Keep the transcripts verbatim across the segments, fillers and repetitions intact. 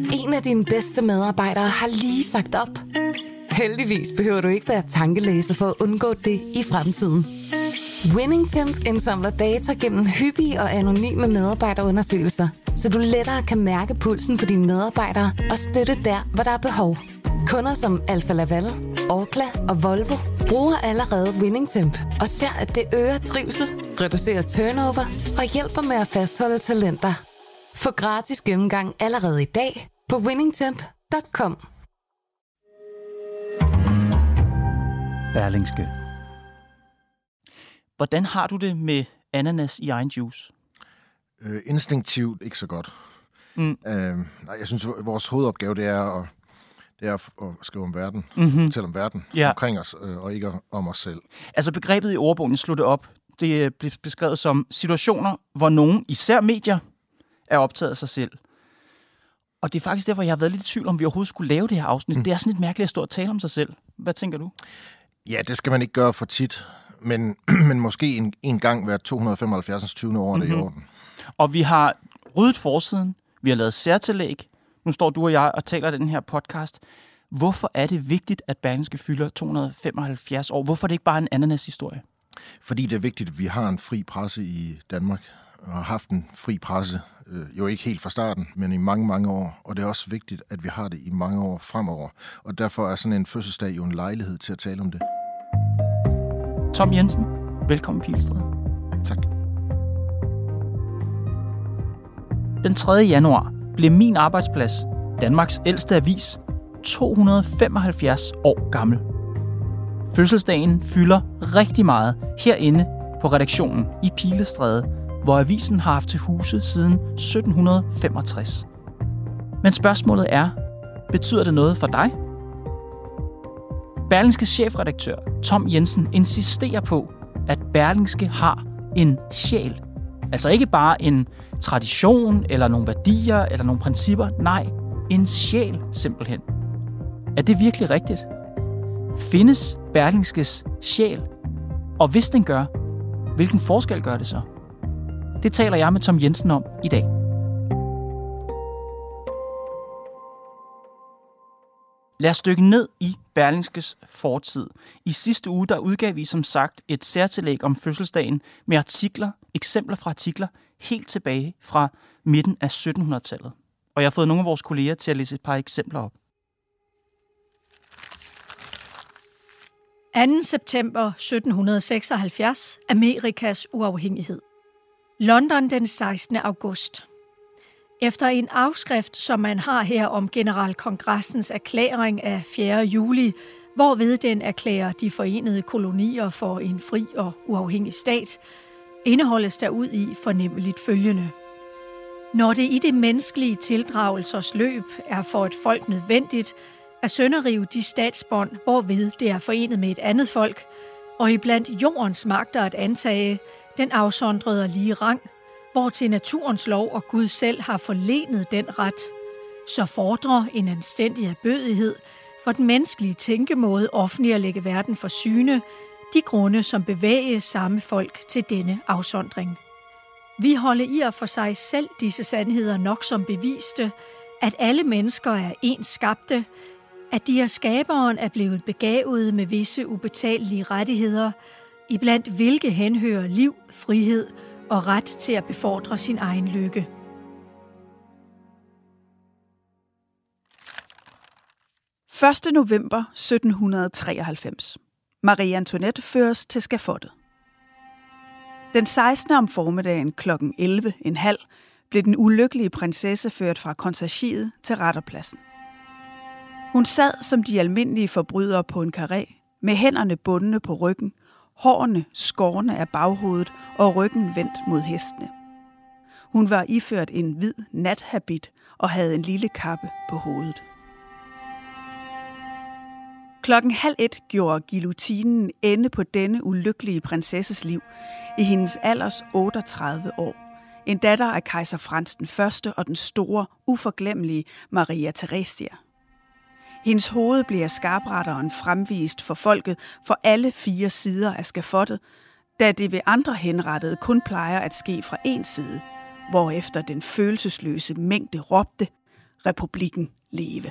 En af dine bedste medarbejdere har lige sagt op. Heldigvis behøver du ikke være tankelæser for at undgå det i fremtiden. WinningTemp indsamler data gennem hyppige og anonyme medarbejderundersøgelser, så du lettere kan mærke pulsen på dine medarbejdere og støtte der, hvor der er behov. Kunder som Alfa Laval, Orkla og Volvo bruger allerede WinningTemp og ser, at det øger trivsel, reducerer turnover og hjælper med at fastholde talenter. Få gratis gennemgang allerede i dag på winningtemp punktum com. Berlingske. Hvordan har du det med ananas i egen juice? Øh, instinktivt ikke så godt. Mm. Øh, nej, jeg synes, vores hovedopgave det er at, det er at skrive om verden, mm-hmm. fortælle om verden ja. omkring os, øh, og ikke om os selv. Altså begrebet i ordbogen slutter op. Det bliver beskrevet som situationer, hvor nogen, især medier, er optaget af sig selv. Og det er faktisk derfor, jeg har været lidt i tvivl om, vi overhovedet skulle lave det her afsnit. Mm. Det er sådan lidt mærkeligt at stå og tale om sig selv. Hvad tænker du? Ja, det skal man ikke gøre for tit. Men, men måske en, en gang hver to hundrede og femoghalvfjerds tyvende år, mm-hmm. det er i orden. Og vi har ryddet forsiden. Vi har lavet særtillæg. Nu står du og jeg og taler den her podcast. Hvorfor er det vigtigt, at Berlingske fylder to hundrede og femoghalvfjerds år? Hvorfor er det ikke bare en ananas-historie? Fordi det er vigtigt, at vi har en fri presse i Danmark. Og har haft en fri presse, øh, jo ikke helt fra starten, men i mange, mange år. Og det er også vigtigt, at vi har det i mange år fremover. Og derfor er sådan en fødselsdag jo en lejlighed til at tale om det. Tom Jensen, velkommen i Pilestræde. Tak. Den tredje januar blev min arbejdsplads, Danmarks ældste avis, to hundrede og femoghalvfjerds år gammel. Fødselsdagen fylder rigtig meget herinde på redaktionen i Pilestræde, hvor avisen har haft til huse siden sytten femogtres. Men spørgsmålet er, betyder det noget for dig? Berlingskes chefredaktør Tom Jensen insisterer på, at Berlingske har en sjæl. Altså ikke bare en tradition, eller nogle værdier, eller nogle principper. Nej, en sjæl simpelthen. Er det virkelig rigtigt? Findes Berlingskes sjæl? Og hvis den gør, hvilken forskel gør det så? Det taler jeg med Tom Jensen om i dag. Lad os dykke ned i Berlingskes fortid. I sidste uge der udgav vi som sagt et særtillæg om fødselsdagen med artikler, eksempler fra artikler, helt tilbage fra midten af sytten hundrede-tallet. Og jeg har fået nogle af vores kolleger til at læse et par eksempler op. anden september sytten seksoghalvfjerds, Amerikas uafhængighed. London den sekstende august. Efter en afskrift, som man har her om Generalkongressens erklæring af fjerde juli, hvorved den erklærer de forenede kolonier for en fri og uafhængig stat, indeholdes der ud i fornemmeligt følgende. Når det i det menneskelige tildragelsers løb er for et folk nødvendigt at sønderrive de statsbånd, hvorved det er forenet med et andet folk, og iblandt jordens magter at antage den afsondrede og lige rang, hvor til naturens lov og Gud selv har forlenet den ret, så fordrer en anstændig erbødighed for den menneskelige tænkemåde offentlig at lægge verden for syne, de grunde, som bevæger samme folk til denne afsondring. Vi holder i og for sig selv disse sandheder nok som beviste, at alle mennesker er ens skabte, at de af skaberen er blevet begavet med visse ubetalelige rettigheder, iblandt hvilke henhører liv, frihed og ret til at befordre sin egen lykke. første november sytten treoghalvfems. Marie Antoinette føres til skafottet. Den sekstende om formiddagen klokken elleve en halv blev den ulykkelige prinsesse ført fra konsergiet til retterpladsen. Hun sad som de almindelige forbrydere på en karré, med hænderne bundne på ryggen, hårene skårne af baghovedet og ryggen vendt mod hestene. Hun var iført en hvid nathabit og havde en lille kappe på hovedet. Klokken halv et gjorde guillotinen ende på denne ulykkelige prinsesses liv i hendes alders otteogtredive år. En datter af kejser Frans den første og den store, uforglemmelige Maria Theresia. Hendes hoved bliver skarpretteren fremvist for folket for alle fire sider af skafottet, da det ved andre henrettede kun plejer at ske fra en side, hvorefter den følelsesløse mængde råbte: republikken leve.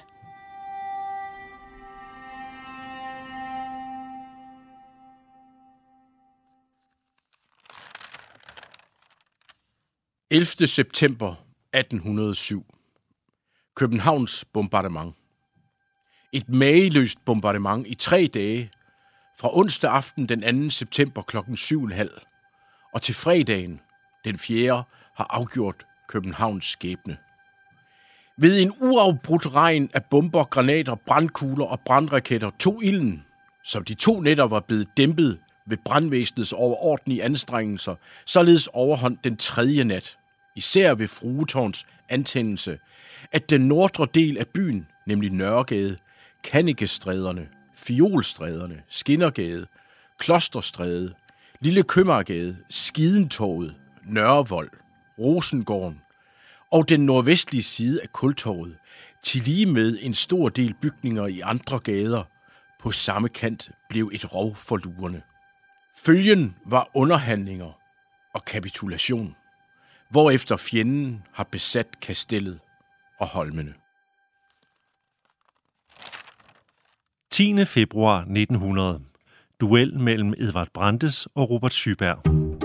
ellevte september atten hundrede og syv. Københavns bombardement. Et mageløst bombardement i tre dage, fra onsdag aften den anden september klokken syv og en halv, og til fredagen den fjerde har afgjort Københavns skæbne. Ved en uafbrudt regn af bomber, granater, brandkugler og brandraketter tog ilden, som de to nætter var blevet dæmpet ved brandvæsenets overordentlige anstrengelser, således overhånd den tredje nat, især ved Fruetårns antændelse, at den nordre del af byen, nemlig Nørregade, Kannikestræderne, Fiolstræderne, Skinnergade, Klosterstræde, Lille Købmagergade, Skidentorvet, Nørrevold, Rosengården og den nordvestlige side af Kultorvet, tillige med en stor del bygninger i andre gader, på samme kant blev et rov for lurerne. Følgen var underhandlinger og kapitulation, hvorefter fjenden har besat kastellet og holmene. tiende februar nitten hundrede. Duel mellem Edvard Brandes og Robert Syberg.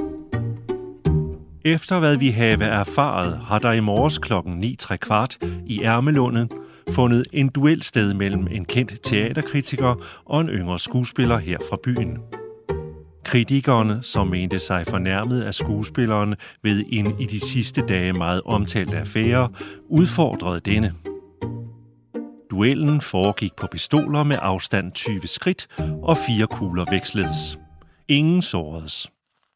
Efter hvad vi have erfaret, har der i morges klokken ni tre kvart i Ærmelunde fundet en duel sted mellem en kendt teaterkritiker og en yngre skuespiller her fra byen. Kritikerne, som mente sig fornærmet af skuespilleren ved en i de sidste dage meget omtalt affære, udfordrede denne. Duellen foregik på pistoler med afstand tyve skridt, og fire kugler veksledes. Ingen såredes.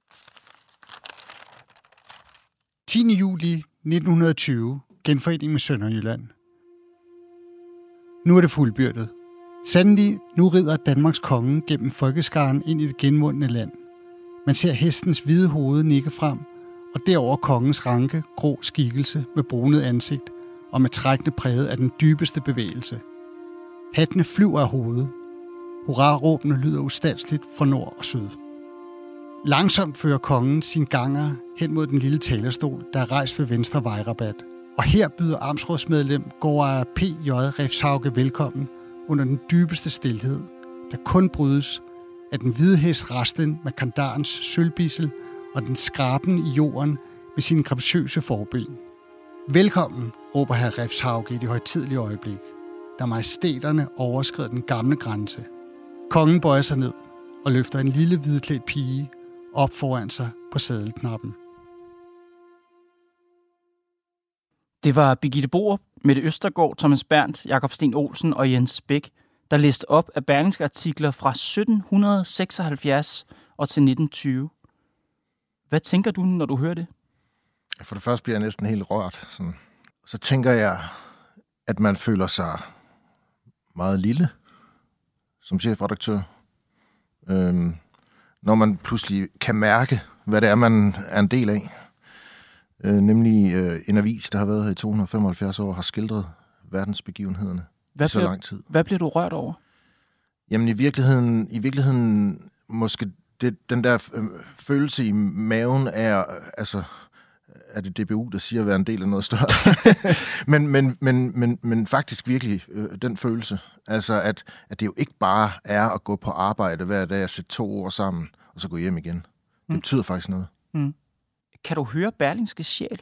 tiende juli nitten tyve. Genforening med Sønderjylland. Nu er det fuldbyrdet. Sandelig, nu rider Danmarks konge gennem folkeskaren ind i det genvundne land. Man ser hestens hvide hoved nikke frem, og derover kongens ranke, grå skikkelse med brunet ansigt og med trækkende præget af den dybeste bevægelse. Hattene flyver af hovedet. Hurra-råbene lyder ustandsligt fra nord og syd. Langsomt fører kongen sin ganger hen mod den lille talerstol, der er rejst ved venstre vejrabat. Og her byder amtsrådsmedlem gårdejer P J Refshauge velkommen under den dybeste stilhed, der kun brydes af den hvide hest Rasten med kandarens sølvbissel og den skraben i jorden med sine graciøse forben. Velkommen, råber herr Refshauge i det højtidelige øjeblik, da majestæterne overskrider den gamle grænse. Kongen bøjer sig ned og løfter en lille hvidklædt pige op foran sig på sædelknappen. Det var Birgitte Borup, Mette Østergaard, Thomas Berndt, Jakob Sten Olsen og Jens Bæk, der læste op af Berlingske artikler fra sytten seksoghalvfjerds og til nitten tyve. Hvad tænker du, når du hører det? For det første bliver jeg næsten helt rørt. Sådan. Så tænker jeg, at man føler sig meget lille som chefredaktør. Øhm, når man pludselig kan mærke, hvad det er, man er en del af. Øh, nemlig øh, en avis, der har været her i to hundrede femoghalvfjerds år, har skildret verdensbegivenhederne i så lang tid. Hvad bliver du rørt over? Jamen i virkeligheden, i virkeligheden måske det, den der øh, følelse i maven er, altså, er det D B U, der siger at være en del af noget større. men, men, men, men, men faktisk virkelig øh, den følelse, altså at, at det jo ikke bare er at gå på arbejde hver dag og sætte to ord sammen, og så gå hjem igen. Det mm. betyder faktisk noget. Mm. Kan du høre Berlingskes sjæl?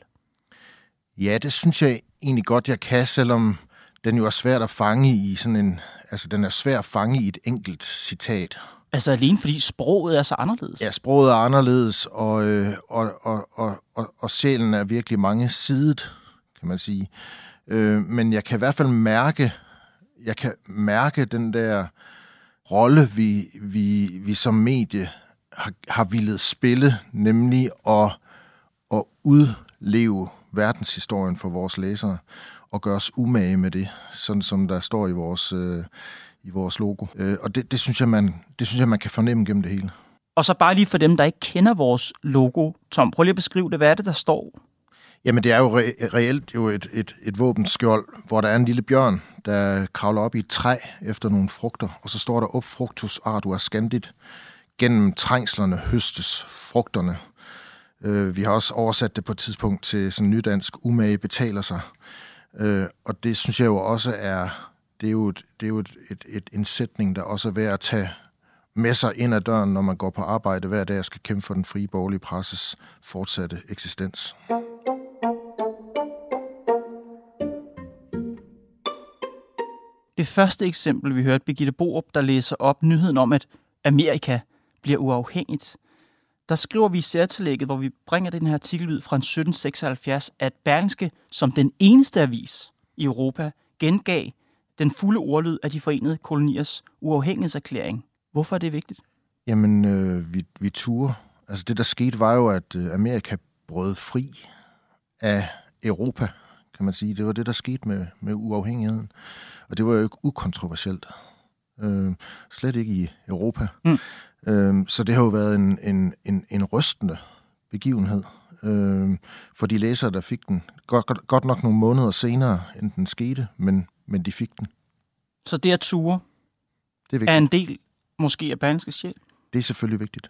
Ja, det synes jeg egentlig godt, jeg kan, selvom den jo er svært at fange i sådan en, altså den er svær at fange i et enkelt citat. Altså alene fordi sproget er så anderledes? Ja, sproget er anderledes, og, øh, og, og, og, og, og sjælen er virkelig mangesidet, kan man sige. Øh, men jeg kan i hvert fald mærke, jeg kan mærke den der rolle, vi, vi, vi som medie har, har villet spille, nemlig at, at udleve verdenshistorien for vores læsere, og gøre os umage med det, sådan som der står i vores, øh, i vores logo. Øh, og det, det, synes jeg, man, det synes jeg, man kan fornemme gennem det hele. Og så bare lige for dem, der ikke kender vores logo. Tom, prøv lige at beskrive det. Hvad er det, der står? Jamen, det er jo re- reelt jo et, et, et våbenskjold, hvor der er en lille bjørn, der kravler op i et træ efter nogle frugter, og så står der op fructus ardua scandit. Gennem trængslerne høstes frugterne. Øh, vi har også oversat det på et tidspunkt til sådan nydansk, umage betaler sig. Øh, og det synes jeg jo også er, det er jo, et, det er jo et, et, et, en sætning, der også er værd at tage med sig ind ad døren, når man går på arbejde hver dag og skal kæmpe for den frie borgerlige presses fortsatte eksistens. Det første eksempel, vi hørte Birgitte Borup, der læser op nyheden om, at Amerika bliver uafhængigt. Der skriver vi i særtillægget, hvor vi bringer den her artikel ud fra sytten seksoghalvfjerds, at Berlingske som den eneste avis i Europa gengav den fulde ordlyd af de forenede koloniers uafhængighedserklæring. Hvorfor er det vigtigt? Jamen, øh, vi, vi turer. Altså det, der skete, var jo, at Amerika brød fri af Europa, kan man sige. Det var det, der skete med, med uafhængigheden. Og det var jo ikke ukontroversielt. Øh, slet ikke i Europa. Mm. Øh, så det har jo været en, en, en, en rystende begivenhed øh, for de læsere, der fik den. Godt, godt, godt nok nogle måneder senere, end den skete, men, men de fik den. Så det at ture det er, er en del måske af Berlingskes sjæl? Det er selvfølgelig vigtigt.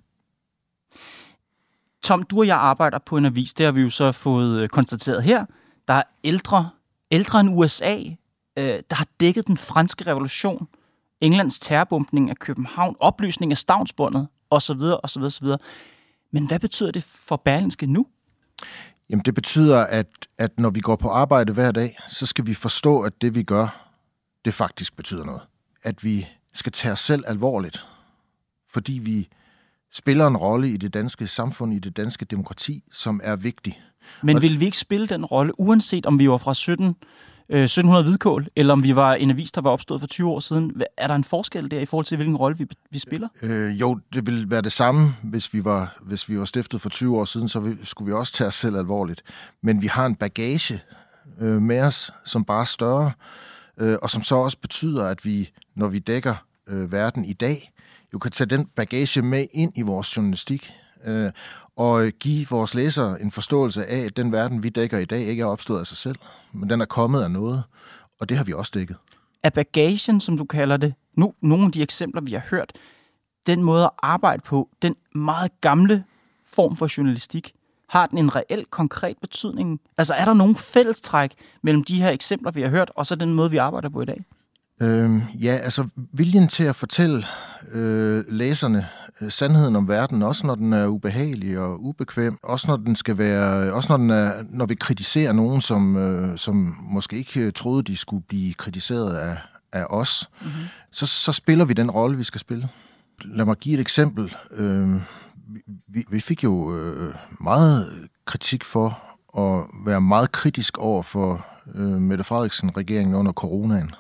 Tom, du og jeg arbejder på en avis. Det har vi jo så fået konstateret her. Der er ældre, ældre end U S A, øh, der har dækket den franske revolution, Englands terrorbombning af København, opløsning af Stavnsbåndet osv. osv. osv. Men hvad betyder det for Berlingske nu? Jamen det betyder, at, at når vi går på arbejde hver dag, så skal vi forstå, at det vi gør, det faktisk betyder noget. At vi skal tage os selv alvorligt, fordi vi spiller en rolle i det danske samfund, i det danske demokrati, som er vigtig. Men og vil vi ikke spille den rolle, uanset om vi var fra sytten, øh, sytten hundrede hvidkål, eller om vi var en avis, der var opstået for tyve år siden? Er der en forskel der i forhold til, hvilken rolle vi, vi spiller? Øh, jo, det vil være det samme, hvis vi var, hvis vi var stiftet for tyve år siden, så vi, skulle vi også tage os selv alvorligt. Men vi har en bagage øh, med os, som bare er større, øh, og som så også betyder, at vi, når vi dækker øh, verden i dag, jo kan tage den bagage med ind i vores journalistik, øh, og give vores læsere en forståelse af, at den verden, vi dækker i dag, ikke er opstået af sig selv, men den er kommet af noget, og det har vi også dækket. Er bagagen, som du kalder det, nu, nogle af de eksempler, vi har hørt, den måde at arbejde på, den meget gamle form for journalistik, har den en reel, konkret betydning? Altså er der nogen fællestræk mellem de her eksempler, vi har hørt, og så den måde, vi arbejder på i dag? Øhm, ja, altså viljen til at fortælle øh, læserne øh, sandheden om verden, også når den er ubehagelig og ubekvem, også når den skal være, også når den er, når vi kritiserer nogen, som øh, som måske ikke troede, de skulle blive kritiseret af af os, mm-hmm. så så spiller vi den rolle, vi skal spille. Lad mig give et eksempel. Øh, vi, vi fik jo øh, meget kritik for at være meget kritisk over for øh, Mette Frederiksen-regeringen under coronaen.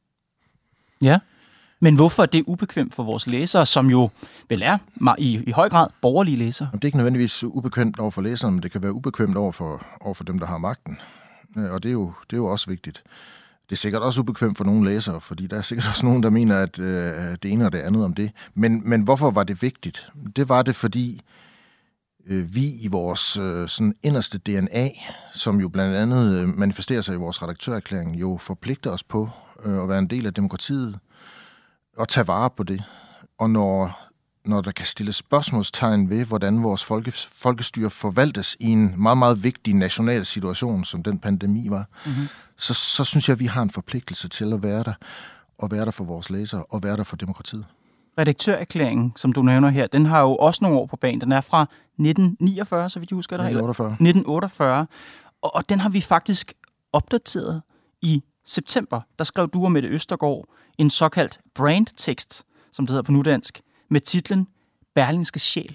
Ja, men hvorfor er det ubekvemt for vores læsere, som jo vel er i, i høj grad borgerlige læsere? Det er ikke nødvendigvis ubekvemt over for læserne, men det kan være ubekvemt over for, over for dem, der har magten. Og det er, jo, det er jo også vigtigt. Det er sikkert også ubekvemt for nogle læsere, fordi der er sikkert også nogen, der mener, at øh, det ene og det andet om det. Men, men hvorfor var det vigtigt? Det var det, fordi øh, vi i vores øh, sådan inderste D N A, som jo blandt andet manifesterer sig i vores redaktørerklæring, jo forpligter os på at være en del af demokratiet og tage vare på det. Og når, når der kan stilles spørgsmålstegn ved, hvordan vores folke, folkestyre forvaltes i en meget, meget vigtig national situation, som den pandemi var, mm-hmm. så, så synes jeg, at vi har en forpligtelse til at være der, og være der for vores læsere, og være der for demokratiet. Redaktørerklæringen, som du nævner her, den har jo også nogle år på banen. Den er fra nitten niogfyrre, så vidt jeg husker det. nitten otteogfyrre. nitten otteogfyrre. Og, og den har vi faktisk opdateret i september. Der skrev du og Mette Østergaard en såkaldt brandtekst, som det hedder på nudansk, med titlen Berlingske sjæl.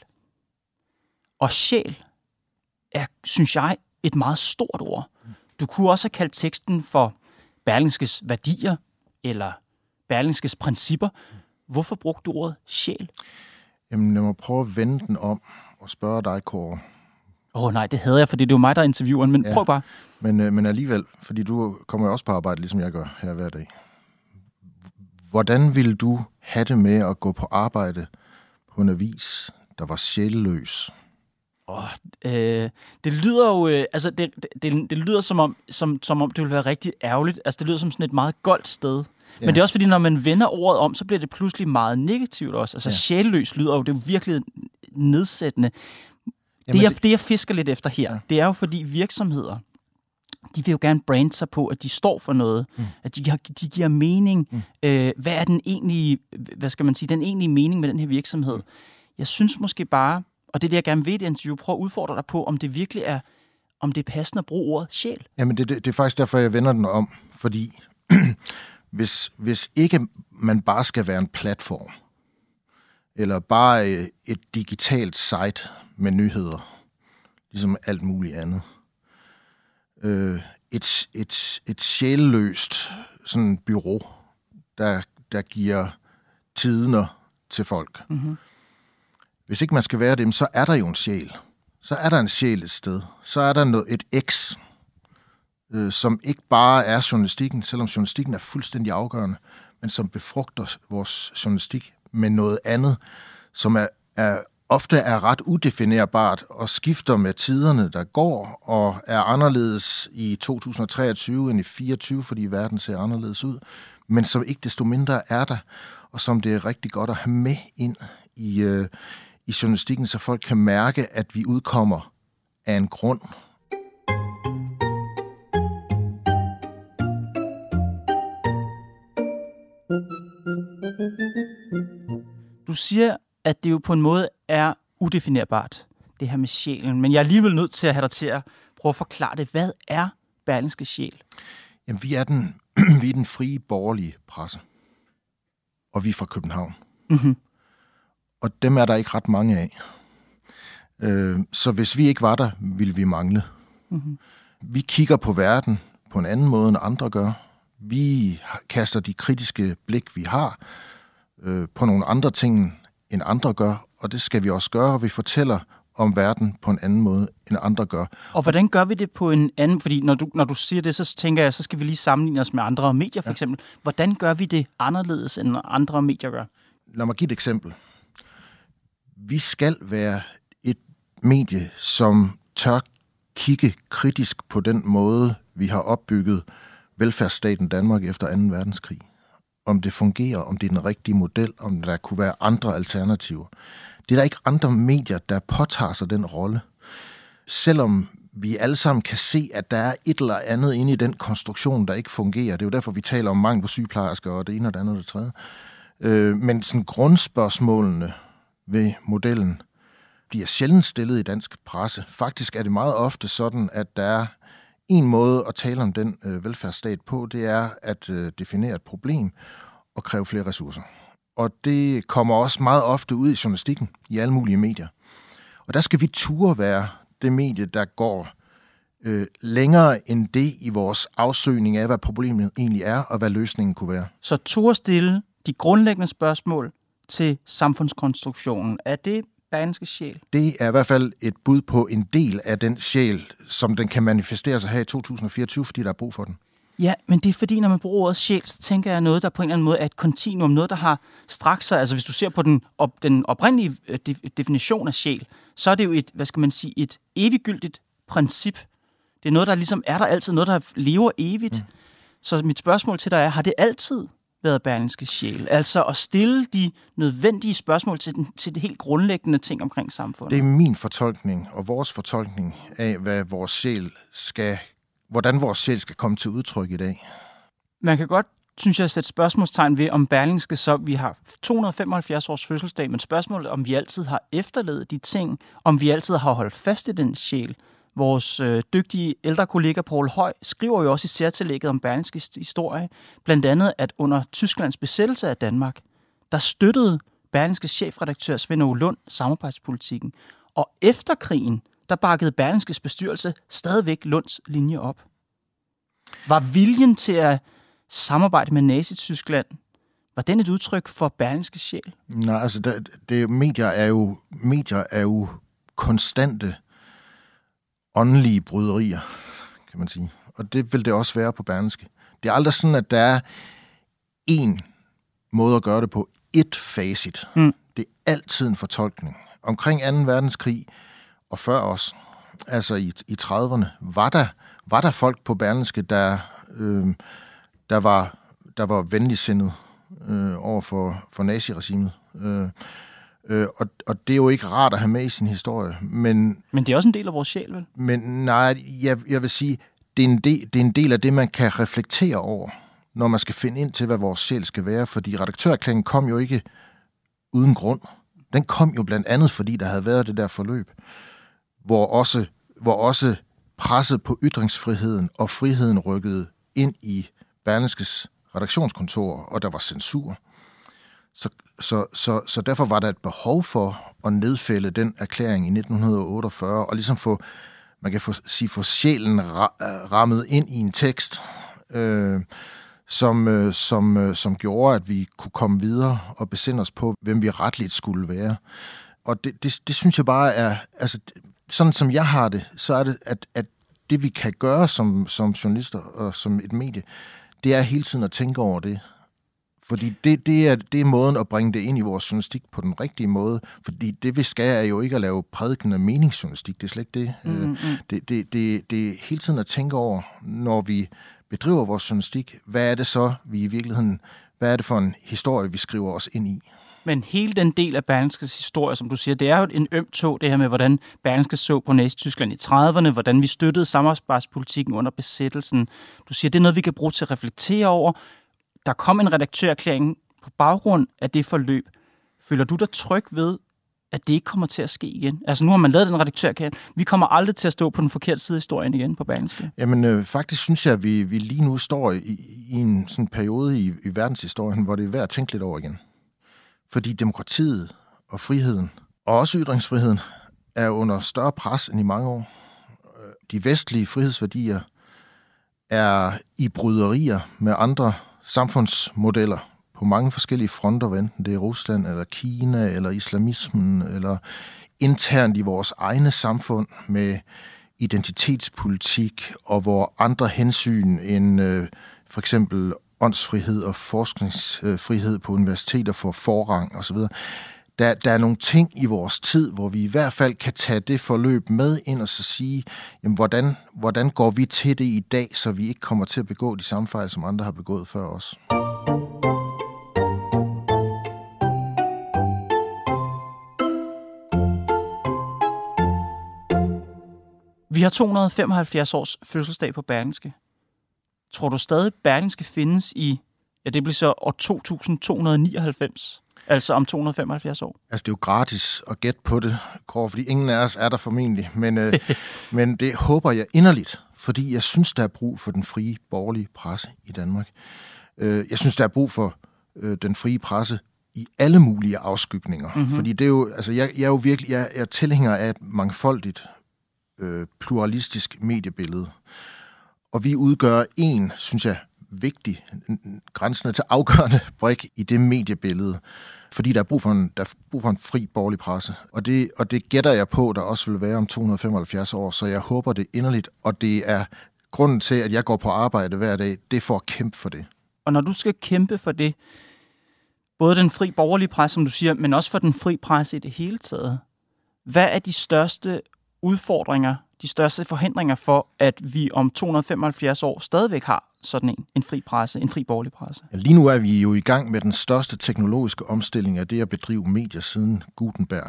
Og sjæl er, synes jeg, et meget stort ord. Du kunne også have kaldt teksten for Berlingskes værdier eller Berlingskes principper. Hvorfor brugte du ordet sjæl? Jamen, jeg må prøve at vende den om og spørge dig, Kåre. Åh oh, nej, det havde jeg, fordi det er jo mig, der er intervieweren, men ja, prøv bare. Men, øh, men alligevel, fordi du kommer jo også på arbejde, ligesom jeg gør her hver dag. Hvordan ville du have det med at gå på arbejde på en avis, der var sjælløs? Oh, øh, det lyder jo, øh, altså det, det, det lyder som om, som, som om det ville være rigtig ærgerligt. Altså det lyder som sådan et meget goldt sted. Ja. Men det er også fordi, når man vender ordet om, så bliver det pludselig meget negativt også. Altså ja. Sjælløs lyder jo, det er jo virkelig nedsættende. Det, jeg, det jeg fisker lidt efter her, ja. det er jo fordi virksomheder, de vil jo gerne brande sig på, at de står for noget, mm. at de, har, de giver mening. Mm. Øh, hvad er den egentlige, hvad skal man sige, den egentlige mening med den her virksomhed? Jeg synes måske bare, og det er det, jeg gerne vil i det interview, prøve at udfordre dig på, om det virkelig er, om det er passende at bruge ordet sjæl. Jamen, det, det, det er faktisk derfor, jeg vender den om, fordi hvis, hvis ikke man bare skal være en platform, eller bare et digitalt site med nyheder, ligesom alt muligt andet, øh, et, et, et sjælløst sådan bureau, der, der giver tider til folk. Mm-hmm. Hvis ikke man skal være dem, så er der jo en sjæl. Så er der en sjæl et sted. Så er der noget, et X, øh, som ikke bare er journalistikken, selvom journalistikken er fuldstændig afgørende, men som befrugter vores journalistik med noget andet, som er, er ofte er ret udefinerbart og skifter med tiderne, der går, og er anderledes i to tusind og treogtyve end i fireogtyve, fordi verden ser anderledes ud, men som ikke desto mindre er der, og som det er rigtig godt at have med ind i, øh, i journalistikken, så folk kan mærke, at vi udkommer af en grund. Du siger, at det jo på en måde er udefinerbart, det her med sjælen. Men jeg er alligevel nødt til at have dig til at prøve at forklare det. Hvad er Berlingske sjæl? Jamen, vi er den, vi er den frie borgerlige presse. Og vi er fra København. Mm-hmm. Og dem er der ikke ret mange af. Øh, så hvis vi ikke var der, ville vi mangle. Mm-hmm. Vi kigger på verden på en anden måde, end andre gør. Vi kaster de kritiske blik, vi har, øh, på nogle andre ting, end andre gør, og det skal vi også gøre, og vi fortæller om verden på en anden måde, end andre gør. Og hvordan gør vi det på en anden? Fordi når du, når du siger det, så tænker jeg, så skal vi lige sammenligne os med andre medier, for ja. eksempel. Hvordan gør vi det anderledes, end andre medier gør? Lad mig give et eksempel. Vi skal være et medie, som tør kigge kritisk på den måde, vi har opbygget velfærdsstaten Danmark efter anden verdenskrig. Om det fungerer, om det er den rigtige model, om der kunne være andre alternativer. Det er der ikke andre medier, der påtager sig den rolle. Selvom vi alle sammen kan se, at der er et eller andet inde i den konstruktion, der ikke fungerer. Det er jo derfor, vi taler om mangel på sygeplejersker og det ene og det andet og det tredje. Øh, men sådan grundspørgsmålene ved modellen bliver sjældent stillet i dansk presse. Faktisk er det meget ofte sådan, at der er en måde at tale om den øh, velfærdsstat på, det er at øh, definere et problem og kræve flere ressourcer. Og det kommer også meget ofte ud i journalistikken, i alle mulige medier. Og der skal vi ture være det medie, der går øh, længere end det i vores afsøgning af, hvad problemet egentlig er, og hvad løsningen kunne være. Så ture stille de grundlæggende spørgsmål til samfundskonstruktionen. Er det Berlingske sjæl? Det er i hvert fald et bud på en del af den sjæl, som den kan manifestere sig her i to tusind og fireogtyve, fordi der er brug for den. Ja, men det er fordi, når man bruger ordet sjæl, så tænker jeg noget, der på en eller anden måde er et kontinuum, noget, der har straks sig. Altså hvis du ser på den, op, den oprindelige definition af sjæl, så er det jo et, hvad skal man sige, et eviggyldigt princip. Det er noget, der ligesom er der altid, noget, der lever evigt. Mm. Så mit spørgsmål til dig er, har det altid været Berlingske sjæl? Altså at stille de nødvendige spørgsmål til, den, til det helt grundlæggende ting omkring samfundet. Det er min fortolkning og vores fortolkning af, hvad vores sjæl skal, hvordan vores sjæl skal komme til udtryk i dag. Man kan godt, synes jeg, sætte spørgsmålstegn ved, om Berlingske så, vi har to hundrede og femoghalvfjerds års fødselsdag, men spørgsmålet, om vi altid har efterlevet de ting, om vi altid har holdt fast i den sjæl. Vores øh, dygtige ældre kollega Poul Høj skriver jo også i særtillægget om Berlingskes historie, blandt andet, at under Tysklands besættelse af Danmark, der støttede Berlingskes chefredaktør Svend Aage Lund samarbejdspolitikken. Og efter krigen, der bakkede Berlingskes bestyrelse stadigvæk Lunds linje op. Var viljen til at samarbejde med Nazi-Tyskland, var den et udtryk for Berlingskes sjæl? Nej, altså det, det, medier er jo medier er jo konstante åndelige bryderier, kan man sige. Og det vil det også være på Berlingske. Det er aldrig sådan, at der er én måde at gøre det på, ét facit. Mm. Det er altid en fortolkning. Omkring anden verdenskrig, og før også, altså i, i trediverne, var der, var der folk på Berlingske, der, øh, der, var, der var venligsindet øh, over for, for naziregimet. Øh, øh, og, og det er jo ikke rart at have med i sin historie. Men, men det er også en del af vores sjæl, vel? Men nej, jeg, jeg vil sige, det, er en del, det er en del af det, man kan reflektere over, når man skal finde ind til, hvad vores sjæl skal være. Fordi redaktørerklæringen kom jo ikke uden grund. Den kom jo blandt andet, fordi der havde været det der forløb, hvor også, hvor også presset på ytringsfriheden og friheden rykkede ind i Berlingskes redaktionskontor, og der var censur. Så, så, så, så derfor var der et behov for at nedfælde den erklæring i nitten otteogfyrre, og ligesom få, man kan få, sige, få sjælen rammet ind i en tekst, øh, som, øh, som, øh, som gjorde, at vi kunne komme videre og besinde os på, hvem vi retligt skulle være. Og det, det, det synes jeg bare er, altså sådan som jeg har det, så er det, at, at det vi kan gøre som, som journalister og som et medie, det er hele tiden at tænke over det. Fordi det, det, er, det er måden at bringe det ind i vores journalistik på den rigtige måde. Fordi det, vi skal, er jo ikke at lave prædikende meningsjournalistik. Det er slet ikke det. Mm-hmm. Det, det, det. Det er hele tiden at tænke over, når vi bedriver vores journalistik, hvad er det så, vi i virkeligheden, hvad er det for en historie, vi skriver os ind i? Men hele den del af Berlingskes historie, som du siger, det er jo en øm tog, det her med, hvordan Berlingske så på Nazi-Tyskland i trediverne, hvordan vi støttede samarbejdspolitikken under besættelsen. Du siger, det er noget, vi kan bruge til at reflektere over. Der kom en redaktørerklæring på baggrund af det forløb. Føler du dig tryg ved, at det ikke kommer til at ske igen? Altså nu har man lavet den redaktørerklæring. Vi kommer aldrig til at stå på den forkerte side af historien igen på Berlingske. Jamen øh, faktisk synes jeg, at vi, vi lige nu står i, i en sådan periode i, i verdenshistorien, hvor det er værd at tænke lidt over igen. Fordi demokratiet og friheden, og også ytringsfriheden, er under større pres end i mange år. De vestlige frihedsværdier er i bryderier med andre samfundsmodeller på mange forskellige fronter, enten det er Rusland, eller Kina, eller islamismen, eller internt i vores egne samfund med identitetspolitik, og hvor andre hensyn end øh, for eksempel åndsfrihed og forskningsfrihed på universiteter får forrang osv. Der, der er nogle ting i vores tid, hvor vi i hvert fald kan tage det forløb med ind og så sige, jamen, hvordan, hvordan går vi til det i dag, så vi ikke kommer til at begå de samme fejl, som andre har begået før os. Vi har to hundrede og femoghalvfjerds års fødselsdag på Berlingske. Tror du stadig, Berlingske findes i, ja, det bliver så år to tusind to hundrede og nioghalvfems, altså om to hundrede og femoghalvfjerds år? Altså, det er jo gratis at gætte på det, Kåre, fordi ingen af os er der formentlig, men, øh, men det håber jeg inderligt, fordi jeg synes, der er brug for den frie borgerlige presse i Danmark. Øh, jeg synes, der er brug for øh, den frie presse i alle mulige afskygninger, mm-hmm. fordi det er jo, altså, jeg, jeg er jo virkelig, jeg, jeg er tilhænger af et mangfoldigt, øh, pluralistisk mediebillede. Og vi udgør en, synes jeg, vigtig, grænsende til afgørende brik i det mediebillede, fordi der er brug for en, der er brug for en fri borgerlig presse. Og det, og det gætter jeg på, der også vil være om to hundrede og femoghalvfjerds år, så jeg håber det inderligt, og det er grunden til, at jeg går på arbejde hver dag, det er for at kæmpe for det. Og når du skal kæmpe for det, både den fri borgerlige presse, som du siger, men også for den fri presse i det hele taget, hvad er de største udfordringer, de største forhindringer for, at vi om to hundrede og femoghalvfjerds år stadigvæk har sådan en, en fri presse, en fri borgerlig presse? Ja, lige nu er vi jo i gang med den største teknologiske omstilling af det at bedrive medier siden Gutenberg.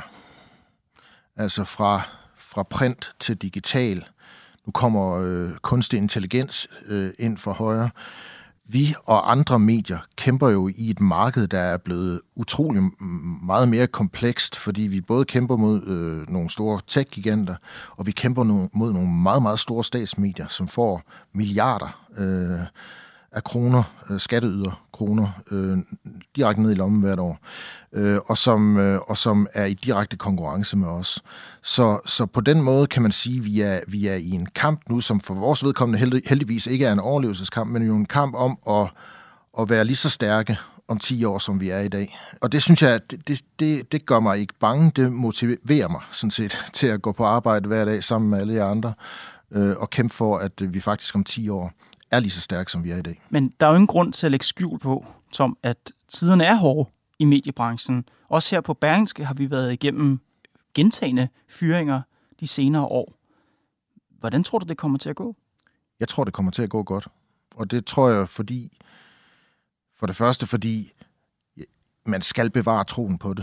Altså fra, fra print til digital. Nu kommer øh, kunstig intelligens øh, ind for højre. Vi og andre medier kæmper jo i et marked, der er blevet utrolig meget mere komplekst, fordi vi både kæmper mod øh, nogle store tech-giganter, og vi kæmper no- mod nogle meget, meget store statsmedier, som får milliarder øh, af kroner, øh, skatteyderkroner, øh, direkte ned i lommen hvert år, øh, og, som, øh, og som er i direkte konkurrence med os. Så, så på den måde kan man sige, at vi er, vi er i en kamp nu, som for vores vedkommende held, heldigvis ikke er en overlevelseskamp, men jo en kamp om at, at være lige så stærke om ti år, som vi er i dag. Og det synes jeg, det, det, det gør mig ikke bange, det motiverer mig sådan set til at gå på arbejde hver dag sammen med alle jer andre, øh, og kæmpe for, at vi faktisk om ti år er lige så stærke, som vi er i dag. Men der er jo ingen grund til at lægge skjul på, Tom, at tiderne er hårde i mediebranchen. Også her på Berlingske har vi været igennem gentagne fyringer de senere år. Hvordan tror du, det kommer til at gå? Jeg tror, det kommer til at gå godt. Og det tror jeg, fordi for det første, fordi man skal bevare troen på det.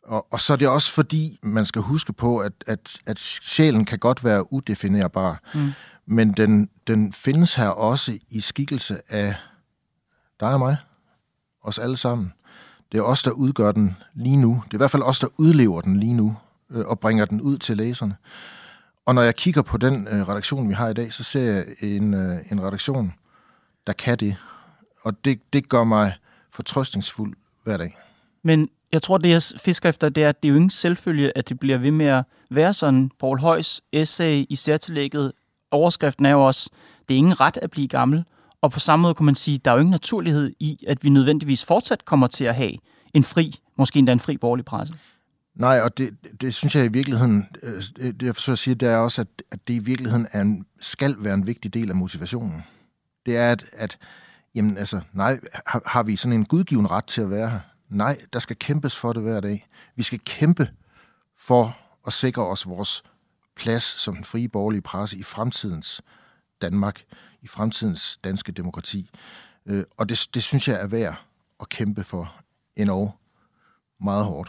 Og, og så er det også fordi, man skal huske på, at, at, at sjælen kan godt være udefinerbar, mm. men den, den findes her også i skikkelse af dig og mig, os alle sammen. Det er os, der udgør den lige nu. Det er i hvert fald os, der udlever den lige nu, øh, og bringer den ud til læserne. Og når jeg kigger på den øh, redaktion, vi har i dag, så ser jeg en, øh, en redaktion, der kan det. Og det, det gør mig fortrøstningsfuld hver dag. Men jeg tror, det jeg fisker efter, det er, at det er jo ingen selvfølge, at det bliver ved med at være sådan. Poul Højs essay i særtillægget, overskriften er jo også, det er ingen ret at blive gammel. Og på samme måde kunne man sige, der er jo ingen naturlighed i, at vi nødvendigvis fortsat kommer til at have en fri, måske endda en fri borgerlig presse. Nej, og det, det synes jeg i virkeligheden, det jeg forsøger at sige, det er også, at, at det i virkeligheden er en, skal være en vigtig del af motivationen. Det er, at, at jamen, altså, nej, har, har vi sådan en gudgiven ret til at være her? Nej, der skal kæmpes for det hver dag. Vi skal kæmpe for at sikre os vores plads som den frie borgerlige presse i fremtidens Danmark, i fremtidens danske demokrati. Og det, det synes jeg er værd at kæmpe for endnu meget hårdt.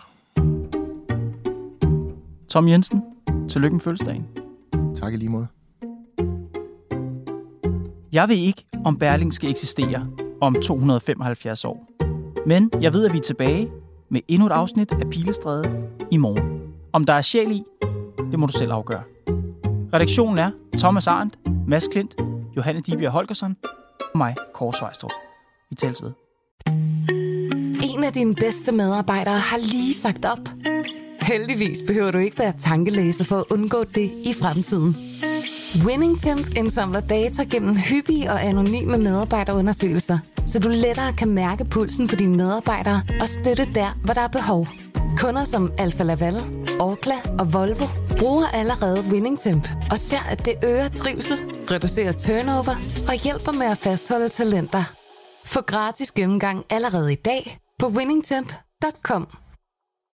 Tom Jensen, tillykke med fødselsdagen. Tak i lige måde. Jeg ved ikke, om Berlingske eksisterer om to hundrede femoghalvfjerds år. Men jeg ved, at vi er tilbage med endnu et afsnit af Pilestræde i morgen. Om der er sjæl i, det må du selv afgøre. Redaktionen er Thomas Arendt, Mads Klint, Johanne Dibjerg Holgersson og mig, Kåre Svejstrup. Vi tales ved. En af dine bedste medarbejdere har lige sagt op. Heldigvis behøver du ikke være tankelæser for at undgå det i fremtiden. WinningTemp indsamler data gennem hyppige og anonyme medarbejderundersøgelser, så du lettere kan mærke pulsen på dine medarbejdere og støtte der, hvor der er behov. Kunder som Alfa Laval, Orkla og Volvo bruger allerede WinningTemp og ser, at det øger trivsel, reducerer turnover og hjælper med at fastholde talenter. Få gratis gennemgang allerede i dag på winningtemp punktum com.